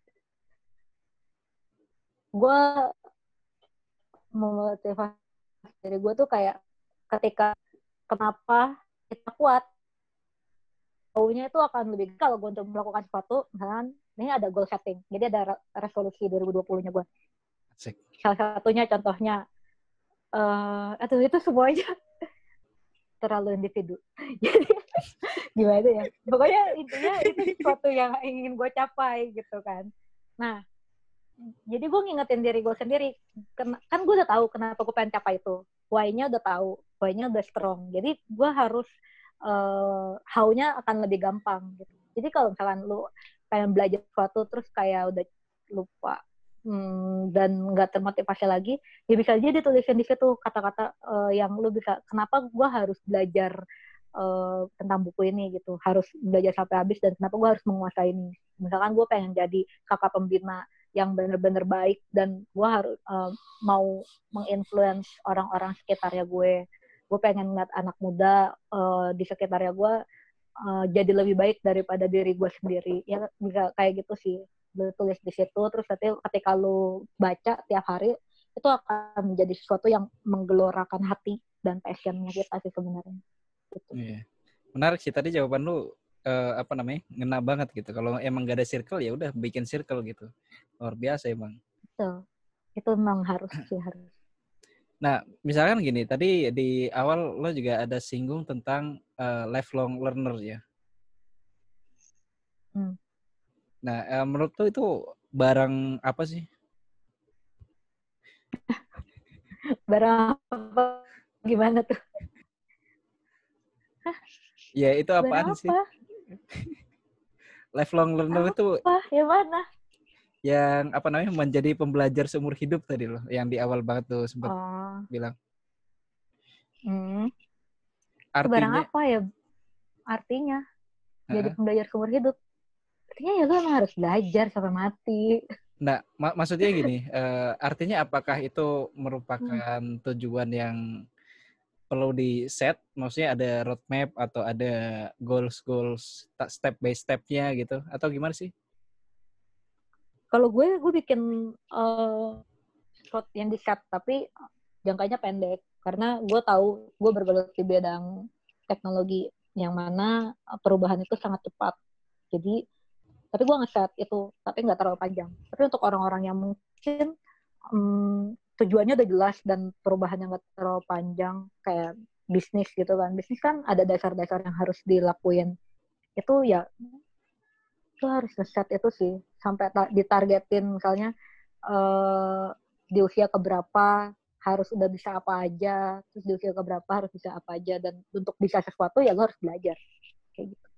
Speaker 2: gue memotivasi diri gue tuh kayak ketika kenapa kita kuat, taunya itu akan lebih kalau gue untuk melakukan sesuatu, misalkan ini ada goal setting, jadi ada resolusi 2020-nya gue.
Speaker 1: Asik.
Speaker 2: Salah satunya contohnya, itu semuanya terlalu individu. Jadi gimana ya? Pokoknya intinya itu sesuatu yang ingin gue capai gitu kan. Nah, jadi gue ngingetin diri gue sendiri, kan gue udah tahu kenapa gue pengen capai itu, why-nya udah tahu, why-nya udah strong, jadi gue harus how-nya akan lebih gampang gitu. Jadi kalau misalkan lu pengen belajar sesuatu terus kayak udah lupa dan nggak termotivasi lagi, ya bisa aja ditulisin di situ kata-kata yang lu bisa, kenapa gue harus belajar tentang buku ini gitu, harus belajar sampai habis, dan kenapa gue harus menguasai ini. Misalkan gue pengen jadi kakak pembina yang benar-benar baik, dan gue harus mau menginfluence orang-orang sekitarnya gue pengen ngeliat anak muda di sekitarnya gue jadi lebih baik daripada diri gue sendiri. Ya bisa kayak gitu sih, lu tulis di situ, terus nanti ketika lu baca tiap hari itu akan menjadi sesuatu yang menggelorakan hati dan passionnya kita sih sebenarnya. Gitu.
Speaker 1: Iya. Menarik sih tadi jawaban lu ngena banget gitu. Kalau emang gak ada circle ya udah bikin circle gitu. Luar biasa emang.
Speaker 2: Betul. Itu memang harus.
Speaker 1: Nah, misalkan gini, tadi di awal lo juga ada singgung tentang lifelong learner ya. Nah, menurut lo itu barang apa sih?
Speaker 2: Barang apa? Gimana tuh?
Speaker 1: Ya itu apaan sih? Lifelong learner itu
Speaker 2: yang mana?
Speaker 1: Yang menjadi pembelajar seumur hidup tadi loh, yang di awal banget tuh sempat bilang.
Speaker 2: Artinya, barang apa ya? Artinya jadi pembelajar seumur hidup. Artinya ya lu emang harus belajar sampai mati.
Speaker 1: Nah, maksudnya gini, artinya apakah itu merupakan tujuan yang perlu di set, maksudnya ada roadmap atau ada goals step by step-nya gitu, atau gimana sih?
Speaker 2: Kalau gue bikin shot yang di set, tapi jangkanya pendek, karena gue tahu gue bergelut di bidang teknologi yang mana perubahan itu sangat cepat. Jadi, tapi gue nge-set itu, tapi nggak terlalu panjang. Tapi untuk orang-orang yang mungkin tujuannya udah jelas dan perubahannya nggak terlalu panjang, kayak bisnis gitu kan. Bisnis kan ada dasar-dasar yang harus dilakuin. Itu ya, itu harus nge-set itu sih. Sampai ditargetin misalnya di usia keberapa harus udah bisa apa aja, terus di usia keberapa harus bisa apa aja, dan untuk bisa sesuatu ya lo harus belajar. Kayak gitu.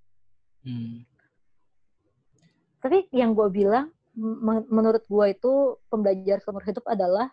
Speaker 2: Tapi yang gue bilang, menurut gue itu pembelajar seumur hidup adalah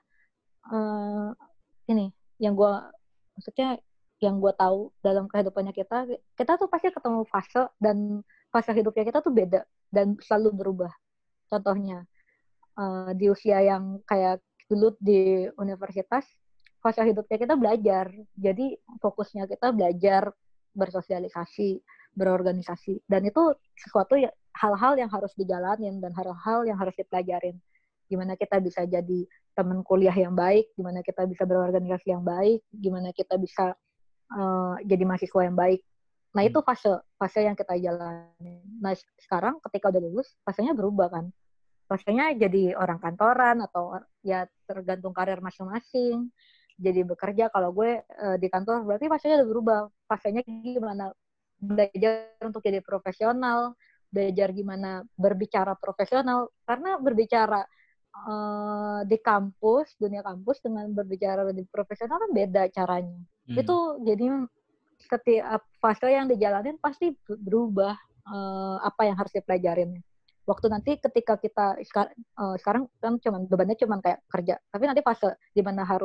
Speaker 2: ini yang gue maksudnya yang gue tahu dalam kehidupannya kita tuh pasti ketemu fase, dan fase hidupnya kita tuh beda dan selalu berubah. Contohnya di usia yang kayak dulu di universitas, fase hidupnya kita belajar, jadi fokusnya kita belajar, bersosialisasi, berorganisasi, dan itu sesuatu hal-hal yang harus dijalanin dan hal-hal yang harus dipelajarin. Gimana kita bisa jadi teman kuliah yang baik, gimana kita bisa berorganisasi yang baik, gimana kita bisa jadi mahasiswa yang baik. Nah itu fase yang kita jalani. Nah sekarang ketika udah lulus, fasenya berubah kan. Fasenya jadi orang kantoran atau ya tergantung karir masing-masing. Jadi bekerja, kalau gue di kantor berarti fasenya udah berubah. Fasenya gimana belajar untuk jadi profesional, belajar gimana berbicara profesional. Karena berbicara di kampus, dunia kampus dengan berbicara di profesional kan beda caranya. Itu jadi setiap fase yang dijalanin pasti berubah apa yang harus dipelajarin. Waktu nanti ketika kita sekarang kan bebannya cuman kayak kerja, tapi nanti fase di mana harus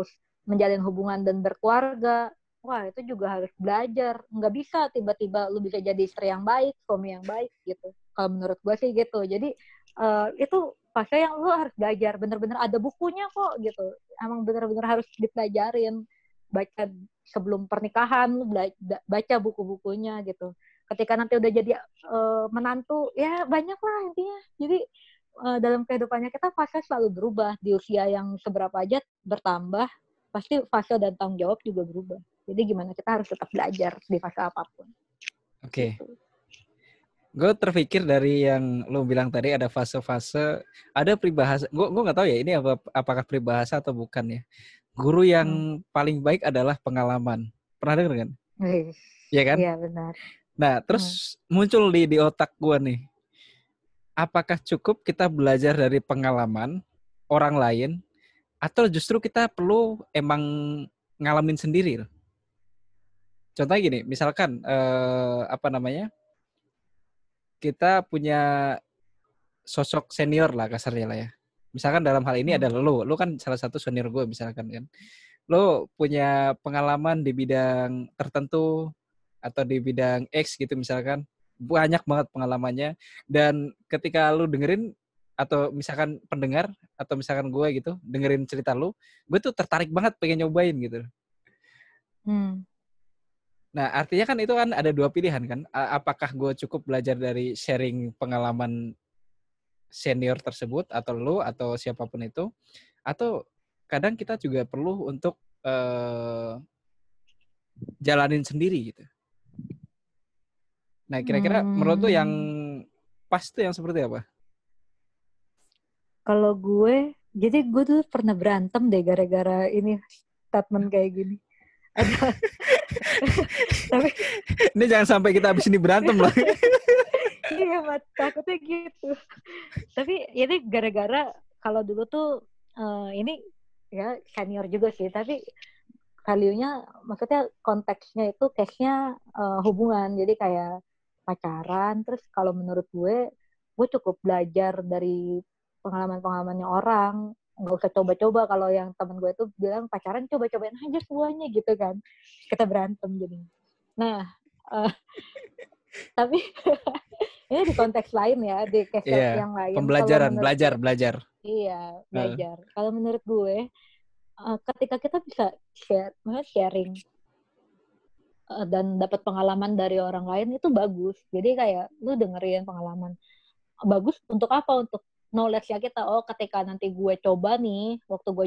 Speaker 2: menjalin hubungan dan berkeluarga, wah itu juga harus belajar. Nggak bisa tiba-tiba lu bisa jadi istri yang baik, suami yang baik gitu. Kalau menurut gue sih gitu. Jadi itu fase yang lu harus belajar. Bener-bener ada bukunya kok gitu. Emang bener-bener harus dipelajarin. Baca sebelum pernikahan, lu baca buku-bukunya gitu. Ketika nanti udah jadi menantu, ya banyak lah intinya. Jadi dalam kehidupannya kita fase selalu berubah. Di usia yang seberapa aja bertambah, pasti fase dan tanggung jawab juga berubah. Jadi gimana kita harus tetap belajar di fase apapun.
Speaker 1: Oke.
Speaker 2: Gitu.
Speaker 1: Gue terpikir dari yang lo bilang tadi ada fase-fase, ada peribahasa. Gue nggak tahu ya ini apakah peribahasa atau bukan ya. Guru yang paling baik adalah pengalaman. Pernah dengar kan? Iya kan?
Speaker 2: Iya benar.
Speaker 1: Nah, terus muncul di otak gue nih. Apakah cukup kita belajar dari pengalaman orang lain atau justru kita perlu emang ngalamin sendiri? Contohnya gini, misalkan kita punya sosok senior lah kasarnya lah ya. Misalkan dalam hal ini adalah lo kan salah satu senior gue misalkan kan. Lo punya pengalaman di bidang tertentu atau di bidang X gitu misalkan, banyak banget pengalamannya, dan ketika lo dengerin atau misalkan pendengar atau misalkan gue gitu dengerin cerita lo, gue tuh tertarik banget pengen nyobain gitu. Nah, artinya kan itu kan ada dua pilihan kan. Apakah gue cukup belajar dari sharing pengalaman senior tersebut atau lo atau siapapun itu, atau kadang kita juga perlu untuk jalanin sendiri gitu. Nah, kira-kira menurut lo yang pas tuh yang seperti apa?
Speaker 2: Kalau gue, jadi gue tuh pernah berantem deh gara-gara ini statement kayak gini. Ada. Tapi
Speaker 1: ini jangan sampai kita habis ini berantem lah.
Speaker 2: Iya, takutnya gitu. Tapi ini gara-gara kalau dulu tuh ini ya senior juga sih, tapi value-nya maksudnya konteksnya itu case-nya hubungan. Jadi kayak pacaran, terus kalau menurut gue cukup belajar dari pengalaman-pengalamannya orang. Nggak usah coba-coba. Kalau yang temen gue tuh bilang pacaran coba-cobain aja semuanya gitu kan. Kita berantem jadi. Nah, tapi ini di konteks lain ya, di case yang lain.
Speaker 1: Pembelajaran, belajar.
Speaker 2: Iya, belajar. Kalau menurut gue, ketika kita bisa sharing dan dapat pengalaman dari orang lain itu bagus. Jadi kayak lu dengerin pengalaman. Bagus untuk apa? Untuk knowledge ya kita. Oh, ketika nanti gue coba nih, waktu gue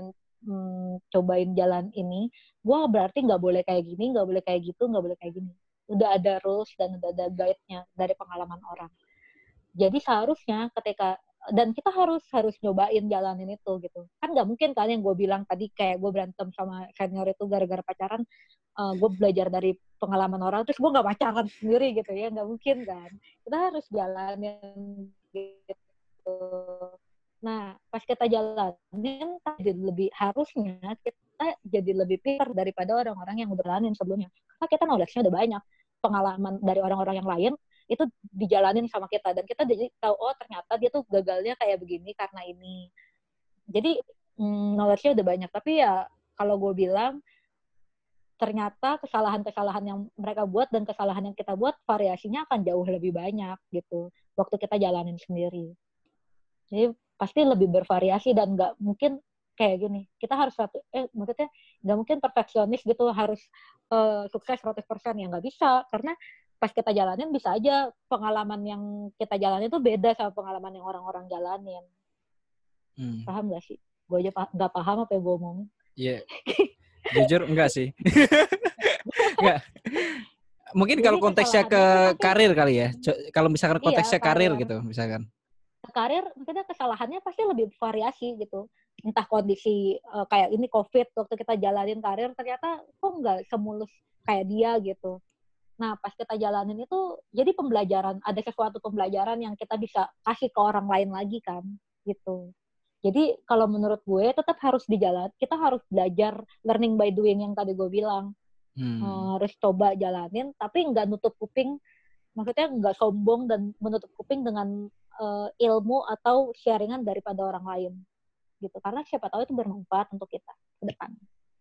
Speaker 2: cobain jalan ini, gue berarti nggak boleh kayak gini, nggak boleh kayak gitu, nggak boleh kayak gini. Udah ada rules dan udah ada guide-nya dari pengalaman orang. Jadi seharusnya ketika dan kita harus nyobain jalanin itu gitu. Kan nggak mungkin kan yang gue bilang tadi kayak gue berantem sama senior itu gara-gara pacaran, gue belajar dari pengalaman orang terus gue nggak pacaran sendiri gitu ya, nggak mungkin kan. Kita harus jalanin gitu. Nah pas kita jalanin harusnya kita jadi lebih pintar daripada orang-orang yang udah jalanin sebelumnya, karena kita knowledge-nya udah banyak, pengalaman dari orang-orang yang lain itu dijalanin sama kita dan kita jadi tahu oh ternyata dia tuh gagalnya kayak begini karena ini. Jadi knowledge-nya udah banyak, tapi ya kalau gue bilang ternyata kesalahan-kesalahan yang mereka buat dan kesalahan yang kita buat variasinya akan jauh lebih banyak gitu waktu kita jalanin sendiri. Jadi pasti lebih bervariasi dan nggak mungkin kayak gini. Kita harus maksudnya nggak mungkin perfeksionis gitu harus sukses 100% ya nggak bisa, karena pas kita jalanin bisa aja pengalaman yang kita jalanin itu beda sama pengalaman yang orang-orang jalanin. Paham gak sih? Gue aja gak paham apa yang gue ngomong.
Speaker 1: Iya. Jujur enggak sih. Enggak. Mungkin jadi kalau konteksnya ke karir kali ya. Kalau misalkan konteksnya karir gitu misalkan.
Speaker 2: Karir, maksudnya kesalahannya pasti lebih variasi gitu. Entah kondisi kayak ini COVID, waktu kita jalanin karir ternyata kok nggak semulus kayak dia gitu. Nah, pas kita jalanin itu jadi pembelajaran, ada sesuatu pembelajaran yang kita bisa kasih ke orang lain lagi kan, gitu. Jadi kalau menurut gue tetap harus kita harus belajar learning by doing yang tadi gue bilang. Harus coba jalanin, tapi nggak nutup kuping, maksudnya nggak sombong dan menutup kuping dengan ilmu atau sharingan daripada orang lain. Gitu. Karena siapa tahu itu bermanfaat untuk kita ke depan.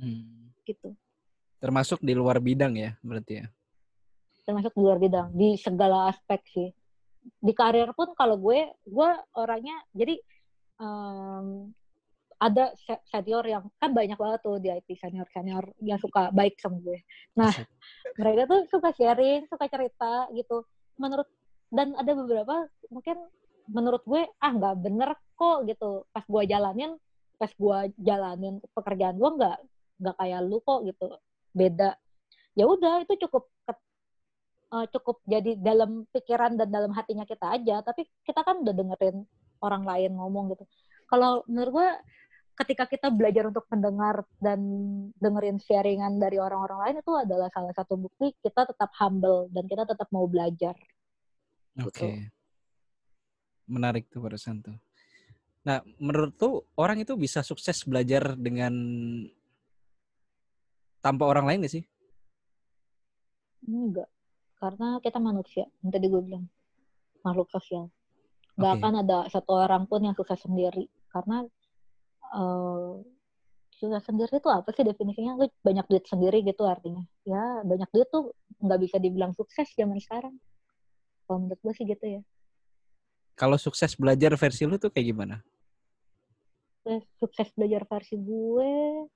Speaker 2: gitu.
Speaker 1: Termasuk di luar bidang ya berarti ya?
Speaker 2: Termasuk di luar bidang, di segala aspek sih. Di karir pun kalau gue orangnya, jadi ada senior yang kan banyak banget tuh di IT, senior yang suka baik sama gue. Nah,
Speaker 1: Asik.
Speaker 2: mereka tuh suka sharing, suka cerita gitu. Dan ada beberapa mungkin menurut gue nggak bener kok gitu. Pas gue jalanin pekerjaan gue nggak kayak lu kok gitu. Beda. Ya udah, itu cukup jadi dalam pikiran dan dalam hatinya kita aja, tapi kita kan udah dengerin orang lain ngomong gitu. Kalau menurut gue, ketika kita belajar untuk mendengar dan dengerin sharingan dari orang-orang lain, itu adalah salah satu bukti kita tetap humble dan kita tetap mau belajar. Gitu.
Speaker 1: Oke. Menarik tuh barusan tuh. Nah, menurut tuh orang itu bisa sukses belajar dengan tanpa orang lain gak sih?
Speaker 2: Enggak. Karena kita manusia. Yang tadi gue bilang. Makhluk sosial. Nggak
Speaker 1: Oke.
Speaker 2: akan ada satu orang pun yang sukses sendiri. Karena sukses sendiri itu apa sih definisinya? Lu banyak duit sendiri gitu artinya. Ya, banyak duit tuh nggak bisa dibilang sukses zaman sekarang. Kalau menurut gue sih gitu ya.
Speaker 1: Kalau sukses belajar versi lu tuh kayak gimana?
Speaker 2: Sukses belajar versi gue.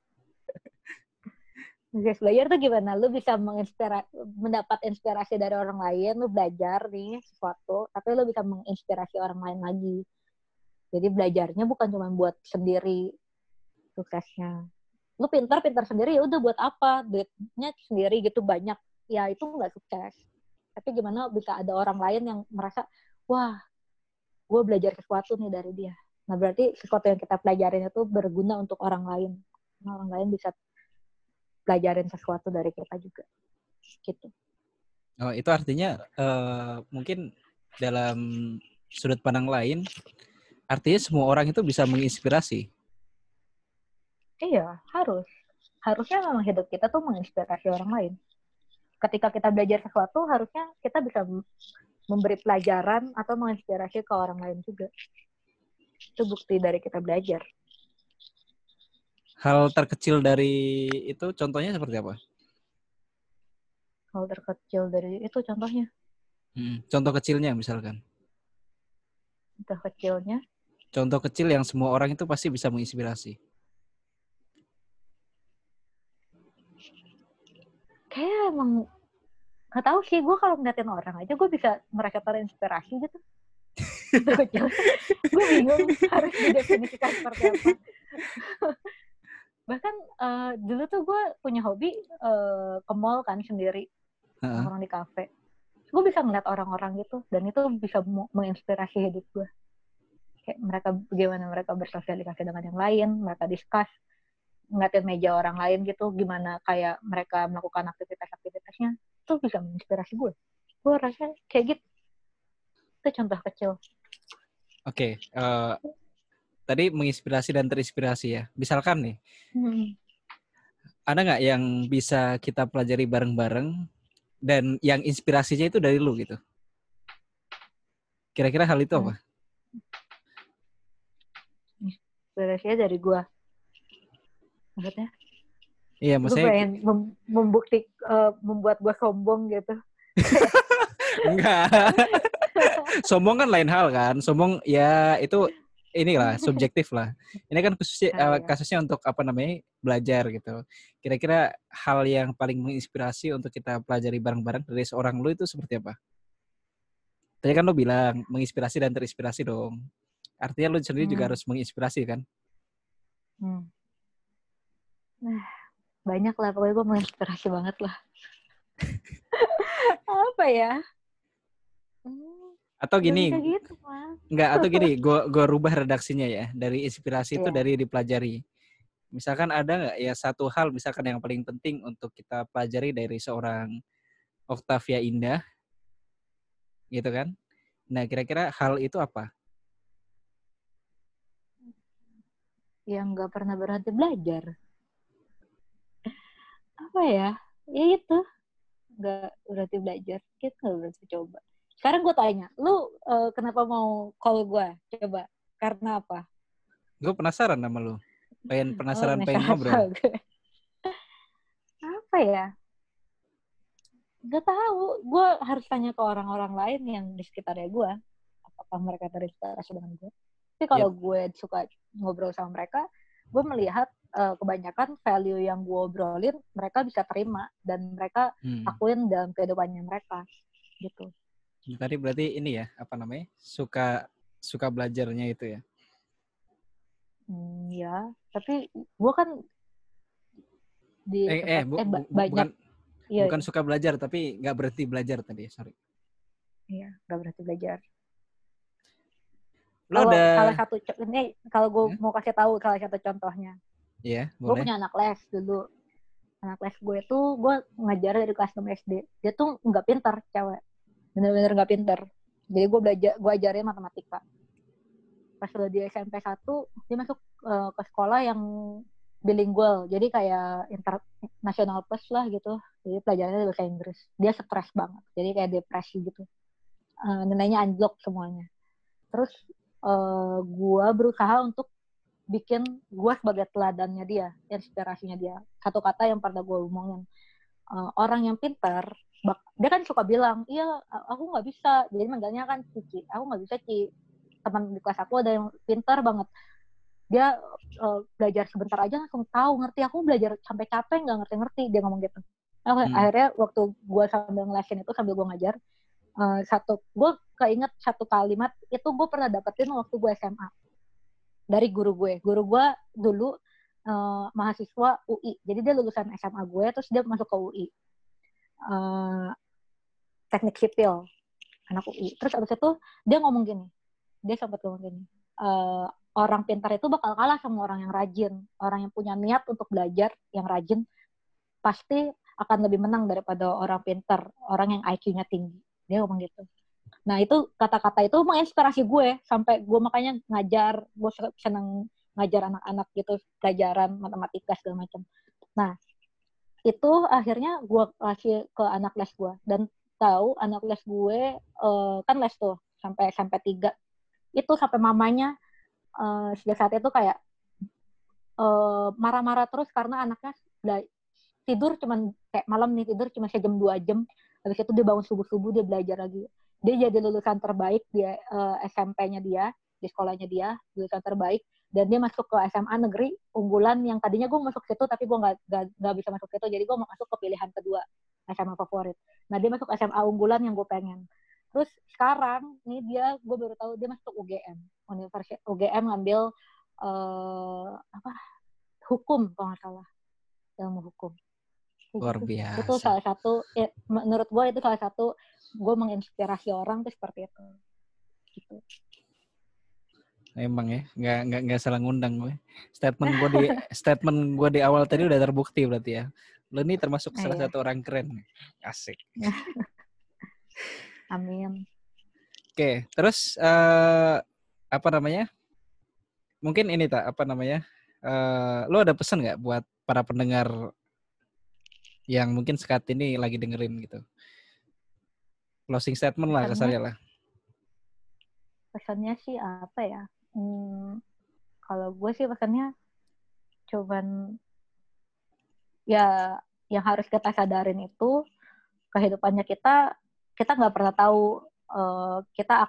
Speaker 2: Sukses belajar tuh gimana? Lu bisa mendapat inspirasi dari orang lain, lu belajar nih sesuatu, tapi lu bisa menginspirasi orang lain lagi. Jadi belajarnya bukan cuma buat sendiri suksesnya. Lu pintar sendiri, ya udah buat apa? Duitnya sendiri gitu banyak. Ya itu nggak sukses. Tapi gimana bisa ada orang lain yang merasa, wah, gue belajar sesuatu nih dari dia. Nah berarti sesuatu yang kita pelajarin itu berguna untuk orang lain. Nah, orang lain bisa pelajarin sesuatu dari kita juga. Gitu.
Speaker 1: Oh, itu artinya mungkin dalam sudut pandang lain, artinya semua orang itu bisa menginspirasi.
Speaker 2: Iya, harusnya memang hidup kita tuh menginspirasi orang lain. Ketika kita belajar sesuatu, harusnya kita bisa memberi pelajaran atau menginspirasi ke orang lain juga. Itu bukti dari kita belajar.
Speaker 1: Hal terkecil dari itu contohnya seperti apa?
Speaker 2: Hal terkecil dari itu contohnya.
Speaker 1: Contoh kecilnya misalkan.
Speaker 2: Contoh kecilnya.
Speaker 1: Contoh kecil yang semua orang itu pasti bisa menginspirasi.
Speaker 2: Kayak emang gak tahu sih, gue kalau ngeliatin orang aja gue bisa mereka terinspirasi gitu. Contoh kecil. Gue bingung harus didefinisikan seperti apa. Bahkan dulu tuh gue punya hobi ke mall kan sendiri, orang di kafe. Gue bisa ngeliat orang-orang gitu, dan itu bisa menginspirasi hidup gue. Kayak bagaimana mereka bersosialisasi dengan yang lain, mereka discuss, ngeliatin meja orang lain gitu, gimana kayak mereka melakukan aktivitas-aktivitasnya, itu bisa menginspirasi gue. Gue rasa kayak gitu. Itu contoh kecil.
Speaker 1: Oke, tadi menginspirasi dan terinspirasi ya. Misalkan nih, ada nggak yang bisa kita pelajari bareng-bareng dan yang inspirasinya itu dari lu gitu? Kira-kira hal itu apa?
Speaker 2: Inspirasinya dari gue. Maksudnya?
Speaker 1: Iya,
Speaker 2: Gue
Speaker 1: maksudnya
Speaker 2: pengen membuat gue sombong gitu.
Speaker 1: enggak. Sombong kan lain hal kan. Sombong ya itu inilah subjektif lah. Ini kan kasusnya untuk apa namanya belajar gitu. Kira-kira hal yang paling menginspirasi untuk kita pelajari bareng-bareng dari seorang lu itu seperti apa? Tadi kan lu bilang menginspirasi dan terinspirasi dong. Artinya lu sendiri juga harus menginspirasi kan?
Speaker 2: Nah, banyak lah, pokoknya gue menginspirasi banget lah. Apa ya?
Speaker 1: Atau gini,
Speaker 2: gitu,
Speaker 1: enggak, atau gini, gue rubah redaksinya ya. Dari inspirasi itu dari dipelajari. Misalkan ada nggak ya satu hal misalkan yang paling penting untuk kita pelajari dari seorang Octavia Indah, gitu kan? Nah, kira-kira hal itu apa?
Speaker 2: Yang nggak pernah berhenti belajar. Apa ya? Ya itu. Nggak berhenti belajar. Kita nggak berhenti coba. Sekarang gue tanya, lu kenapa mau call gue? Coba. Karena apa?
Speaker 1: Gue penasaran sama lu. Pengen ngobrol.
Speaker 2: apa ya? Gak tahu. Gue harus tanya ke orang-orang lain yang di sekitarnya gue. Apakah mereka terinspirasi dengan gue? Tapi kalau gue suka ngobrol sama mereka, gue melihat kebanyakan value yang gue obrolin mereka bisa terima dan mereka lakuin dalam kehidupannya mereka gitu.
Speaker 1: Tadi berarti ini ya, apa namanya? Suka belajarnya itu ya.
Speaker 2: Ya, tapi gue kan di banyak
Speaker 1: bukan suka belajar tapi nggak berhenti belajar tadi, sorry.
Speaker 2: Iya, nggak berhenti belajar.
Speaker 1: Kalau
Speaker 2: salah satu ini kalau gue mau kasih tahu salah satu contohnya.
Speaker 1: Iya, boleh.
Speaker 2: Gue punya anak les dulu. Anak les gue tuh gue ngajar dari kelas 6 SD. Dia tuh nggak pintar, cewek. Bener-bener nggak pintar. Jadi gue ajarin matematika. Pas udah di SMP 1, dia masuk ke sekolah yang bilingual. Jadi kayak international plus lah gitu. Jadi pelajarannya bahasa Inggris. Dia stres banget. Jadi kayak depresi gitu. Nilainya anjlok semuanya. Terus gue berusaha untuk bikin gue sebagai teladannya dia, inspirasinya dia. Satu kata yang pernah gue omongin, orang yang pintar, dia kan suka bilang, iya aku nggak bisa, jadi manggilnya kan Cici, aku nggak bisa Ci. Teman di kelas aku ada yang pintar banget, dia belajar sebentar aja langsung tahu, ngerti. Aku belajar sampai capek nggak ngerti-ngerti, dia ngomong gitu. Akhirnya waktu gue sambil ngelesin itu, sambil gue ngajar, gue keinget satu kalimat itu gue pernah dapetin waktu gue SMA dari guru gue dulu mahasiswa UI, jadi dia lulusan SMA gue terus dia masuk ke UI, teknik sipil, anak UI. Terus abis itu dia ngomong gini, dia sempat ngomong gini, orang pintar itu bakal kalah sama orang yang rajin. Orang yang punya niat untuk belajar, yang rajin, pasti akan lebih menang daripada orang pintar, orang yang IQ-nya tinggi. Dia ngomong gitu. Nah itu kata-kata itu menginspirasi gue, sampai gue makanya ngajar, gue seneng ngajar anak-anak gitu, pelajaran matematika segala macam. Nah itu akhirnya gue kasih ke anak les gue, dan tahu anak les gue kan les tuh sampai 3, itu sampai mamanya sejak saat itu kayak marah-marah terus karena anaknya tidur cuman kayak malam nih, tidur cuma sejam 2 jam, habis itu dia bangun subuh-subuh, dia belajar lagi. Dia jadi lulusan terbaik di SMP-nya dia, di sekolahnya dia, lulusan terbaik, dan dia masuk ke SMA negeri unggulan yang tadinya gue masuk situ tapi gue nggak bisa masuk situ, jadi gue mau masuk ke pilihan kedua, SMA favorit. Nah dia masuk SMA unggulan yang gue pengen. Terus sekarang nih gue baru tahu dia masuk UGM, Universitas UGM, ngambil hukum kalau nggak salah, ilmu hukum.
Speaker 1: Luar biasa.
Speaker 2: Itu salah satu, menurut gue itu salah satu gue menginspirasi orang tuh seperti itu. Gitu.
Speaker 1: Emang ya, nggak salah ngundang gue. Statement gue di awal tadi udah terbukti berarti ya. Lo ini termasuk salah satu orang keren. Asik.
Speaker 2: Amin.
Speaker 1: Oke, terus apa namanya? Mungkin ini tak apa namanya? Lo ada pesan nggak buat para pendengar yang mungkin saat ini lagi dengerin gitu? Closing statement lah kasarnya lah.
Speaker 2: Pesannya sih apa ya? Kalau gue sih pesannya cuman ya yang harus kita sadarin itu kehidupannya kita nggak pernah tahu kita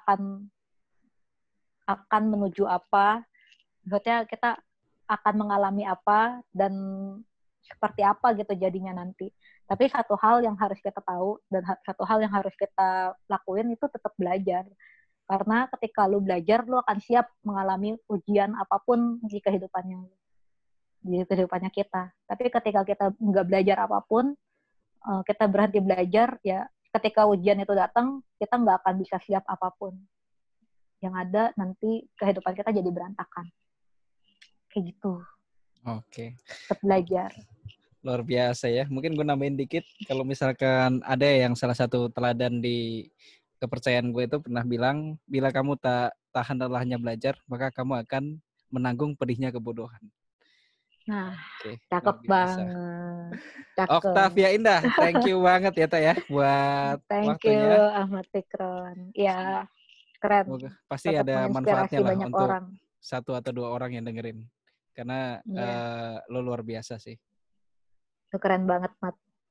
Speaker 2: akan menuju apa, maksudnya kita akan mengalami apa dan seperti apa gitu jadinya nanti. Tapi satu hal yang harus kita tahu dan satu hal yang harus kita lakuin itu tetap belajar. Karena ketika lu belajar, lu akan siap mengalami ujian apapun di kehidupannya kita. Tapi ketika kita nggak belajar apapun, kita berhenti belajar, ya ketika ujian itu datang, kita nggak akan bisa siap apapun. Yang ada nanti kehidupan kita jadi berantakan. Kayak gitu.
Speaker 1: Oke.
Speaker 2: Tetap belajar.
Speaker 1: Luar biasa ya. Mungkin gue nambahin dikit. Kalau misalkan ada yang salah satu teladan di kepercayaan gue itu pernah bilang, bila kamu tak tahan dan hanya belajar, maka kamu akan menanggung pedihnya kebodohan.
Speaker 2: Nah, cakep banget. Cakep.
Speaker 1: Octavia Indah, thank you banget ya Ta ya buat
Speaker 2: thank
Speaker 1: waktunya.
Speaker 2: Thank you Ahmad Fikron. Ya, keren.
Speaker 1: Pasti
Speaker 2: tetap
Speaker 1: ada manfaatnya lah
Speaker 2: banyak
Speaker 1: untuk
Speaker 2: orang.
Speaker 1: 1 atau 2 orang yang dengerin. Karena lo luar biasa sih.
Speaker 2: Itu keren banget, Mat.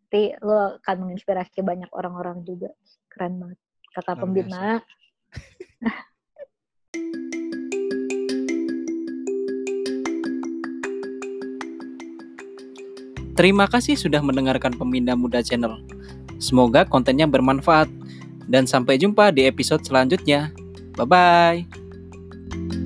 Speaker 2: Nanti lo akan menginspirasi banyak orang-orang juga. Keren banget. Kata pembina.
Speaker 1: Terima kasih sudah mendengarkan Pembina Muda Channel. Semoga kontennya bermanfaat. Dan sampai jumpa di episode selanjutnya. Bye-bye.